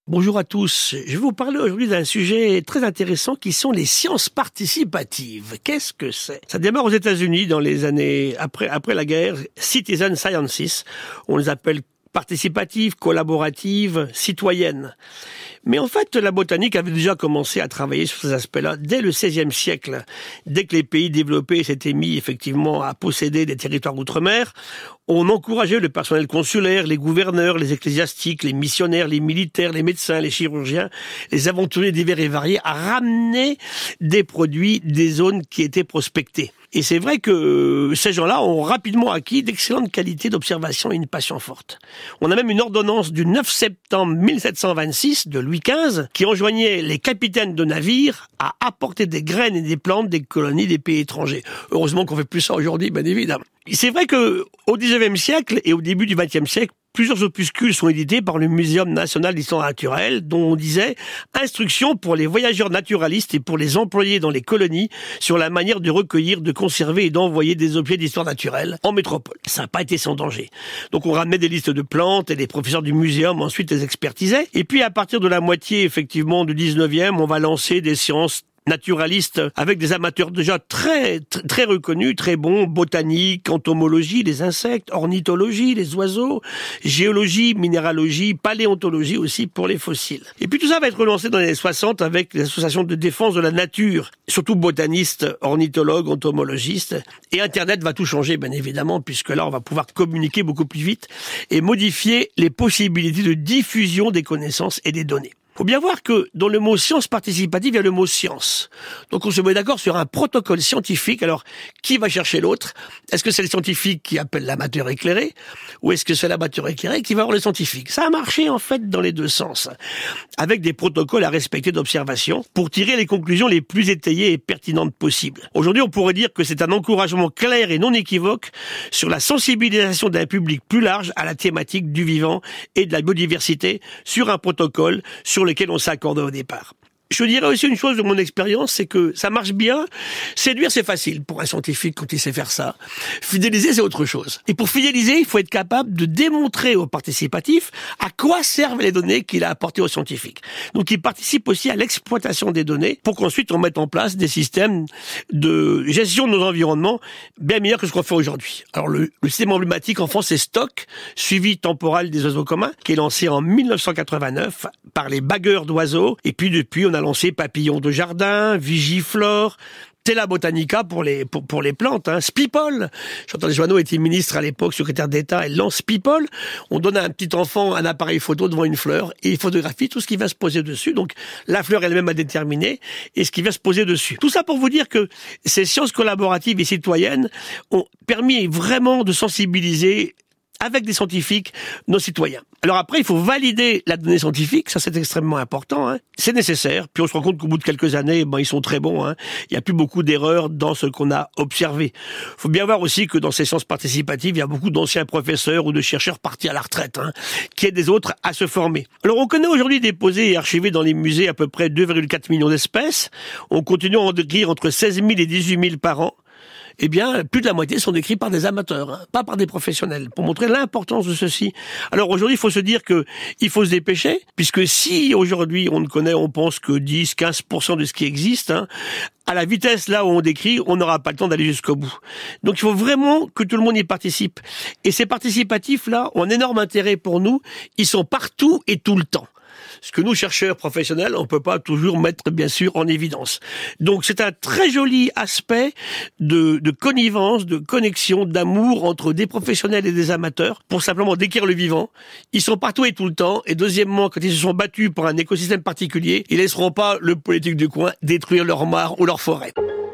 Bonjour à tous. Je vais vous parler aujourd'hui d'un sujet très intéressant qui sont les sciences participatives. Qu'est-ce que c'est ? Ça démarre aux États-Unis dans les années après la guerre. Citizen Sciences, on les appelle participatives, collaboratives, citoyennes. Mais en fait, la botanique avait déjà commencé à travailler sur ces aspects-là dès le XVIe siècle. Dès que les pays développés s'étaient mis effectivement à posséder des territoires outre-mer, on encourageait le personnel consulaire, les gouverneurs, les ecclésiastiques, les missionnaires, les militaires, les médecins, les chirurgiens, les aventuriers divers et variés à ramener des produits des zones qui étaient prospectées. Et c'est vrai que ces gens-là ont rapidement acquis d'excellentes qualités d'observation et une passion forte. On a même une ordonnance du 9 septembre 1726 de Louis XV qui enjoignait les capitaines de navires à apporter des graines et des plantes des colonies des pays étrangers. Heureusement qu'on fait plus ça aujourd'hui, bien évidemment. C'est vrai que au XIXe siècle et au début du XXe siècle, plusieurs opuscules sont édités par le Muséum national d'histoire naturelle, dont on disait « Instructions pour les voyageurs naturalistes et pour les employés dans les colonies sur la manière de recueillir, de conserver et d'envoyer des objets d'histoire naturelle en métropole ». Ça n'a pas été sans danger. Donc on ramenait des listes de plantes et les professeurs du muséum ensuite les expertisaient. Et puis à partir de la moitié effectivement du 19e, on va lancer des sciences naturalistes avec des amateurs déjà très reconnus, très bons, botanique, entomologie, les insectes, ornithologie, les oiseaux, géologie, minéralogie, paléontologie aussi pour les fossiles. Et puis tout ça va être relancé dans les années 60 avec les associations de défense de la nature, surtout botanistes, ornithologues, entomologistes, et Internet va tout changer bien évidemment puisque là on va pouvoir communiquer beaucoup plus vite et modifier les possibilités de diffusion des connaissances et des données. Faut bien voir que dans le mot science participative, il y a le mot science. Donc on se met d'accord sur un protocole scientifique. Alors, qui va chercher l'autre ? Est-ce que c'est le scientifique qui appelle l'amateur éclairé ? Ou est-ce que c'est l'amateur éclairé qui va voir le scientifique ? Ça a marché en fait dans les deux sens, avec des protocoles à respecter d'observation pour tirer les conclusions les plus étayées et pertinentes possibles. Aujourd'hui, on pourrait dire que c'est un encouragement clair et non équivoque sur la sensibilisation d'un public plus large à la thématique du vivant et de la biodiversité sur un protocole sur lequel on s'accorde au départ. Je dirais aussi une chose de mon expérience, c'est que ça marche bien. Séduire, c'est facile pour un scientifique quand il sait faire ça. Fidéliser, c'est autre chose. Et pour fidéliser, il faut être capable de démontrer au participatif à quoi servent les données qu'il a apportées aux scientifiques. Donc, il participe aussi à l'exploitation des données pour qu'ensuite on mette en place des systèmes de gestion de nos environnements bien meilleurs que ce qu'on fait aujourd'hui. Alors, le système emblématique en France, c'est STOC, Suivi temporal des oiseaux communs, qui est lancé en 1989 par les bagueurs d'oiseaux. Et puis, depuis, on a lancé Papillons de jardin, Vigiflore, Tela Botanica pour les plantes, Spipol. Chantal Joanneau était ministre à l'époque, secrétaire d'État, elle lance Spipol. On donne à un petit enfant un appareil photo devant une fleur et il photographie tout ce qui va se poser dessus. Donc la fleur elle-même a déterminé et ce qui va se poser dessus. Tout ça pour vous dire que ces sciences collaboratives et citoyennes ont permis vraiment de sensibiliser avec des scientifiques, nos citoyens. Alors après, il faut valider la donnée scientifique, ça c'est extrêmement important, c'est nécessaire, puis on se rend compte qu'au bout de quelques années, ils sont très bons, il n'y a plus beaucoup d'erreurs dans ce qu'on a observé. Il faut bien voir aussi que dans ces sciences participatives, il y a beaucoup d'anciens professeurs ou de chercheurs partis à la retraite, qui aident des autres à se former. Alors on connaît aujourd'hui déposé et archivé dans les musées à peu près 2,4 millions d'espèces, on continue à en décrire entre 16 000 et 18 000 par an. Eh bien, plus de la moitié sont décrits par des amateurs, pas par des professionnels, pour montrer l'importance de ceci. Alors aujourd'hui, il faut se dire que il faut se dépêcher, puisque si aujourd'hui on pense que 10-15% de ce qui existe, à la vitesse là où on décrit, on n'aura pas le temps d'aller jusqu'au bout. Donc il faut vraiment que tout le monde y participe. Et ces participatifs-là ont un énorme intérêt pour nous, ils sont partout et tout le temps. Ce que nous, chercheurs professionnels, on peut pas toujours mettre, bien sûr, en évidence. Donc, c'est un très joli aspect de connivence, de connexion, d'amour entre des professionnels et des amateurs pour simplement décrire le vivant. Ils sont partout et tout le temps. Et deuxièmement, quand ils se sont battus pour un écosystème particulier, ils laisseront pas le politique du coin détruire leur mare ou leur forêt.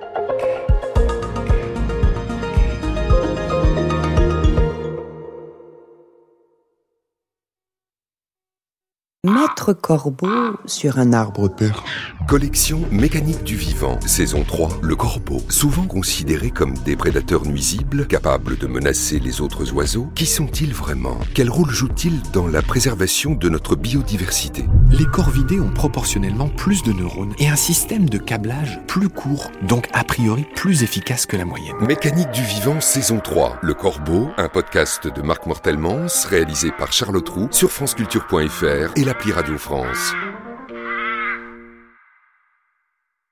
Maître Corbeau sur un arbre de perche. Collection Mécanique du vivant, saison 3, le corbeau. Souvent considérés comme des prédateurs nuisibles, capables de menacer les autres oiseaux, qui sont-ils vraiment ? Quel rôle jouent-ils dans la préservation de notre biodiversité ? Les corvidés ont proportionnellement plus de neurones et un système de câblage plus court, donc a priori plus efficace que la moyenne. Mécanique du vivant, saison 3, le corbeau, un podcast de Marc Mortelmans, réalisé par Charlotte Roux sur franceculture.fr et l'appli Radio Radio France.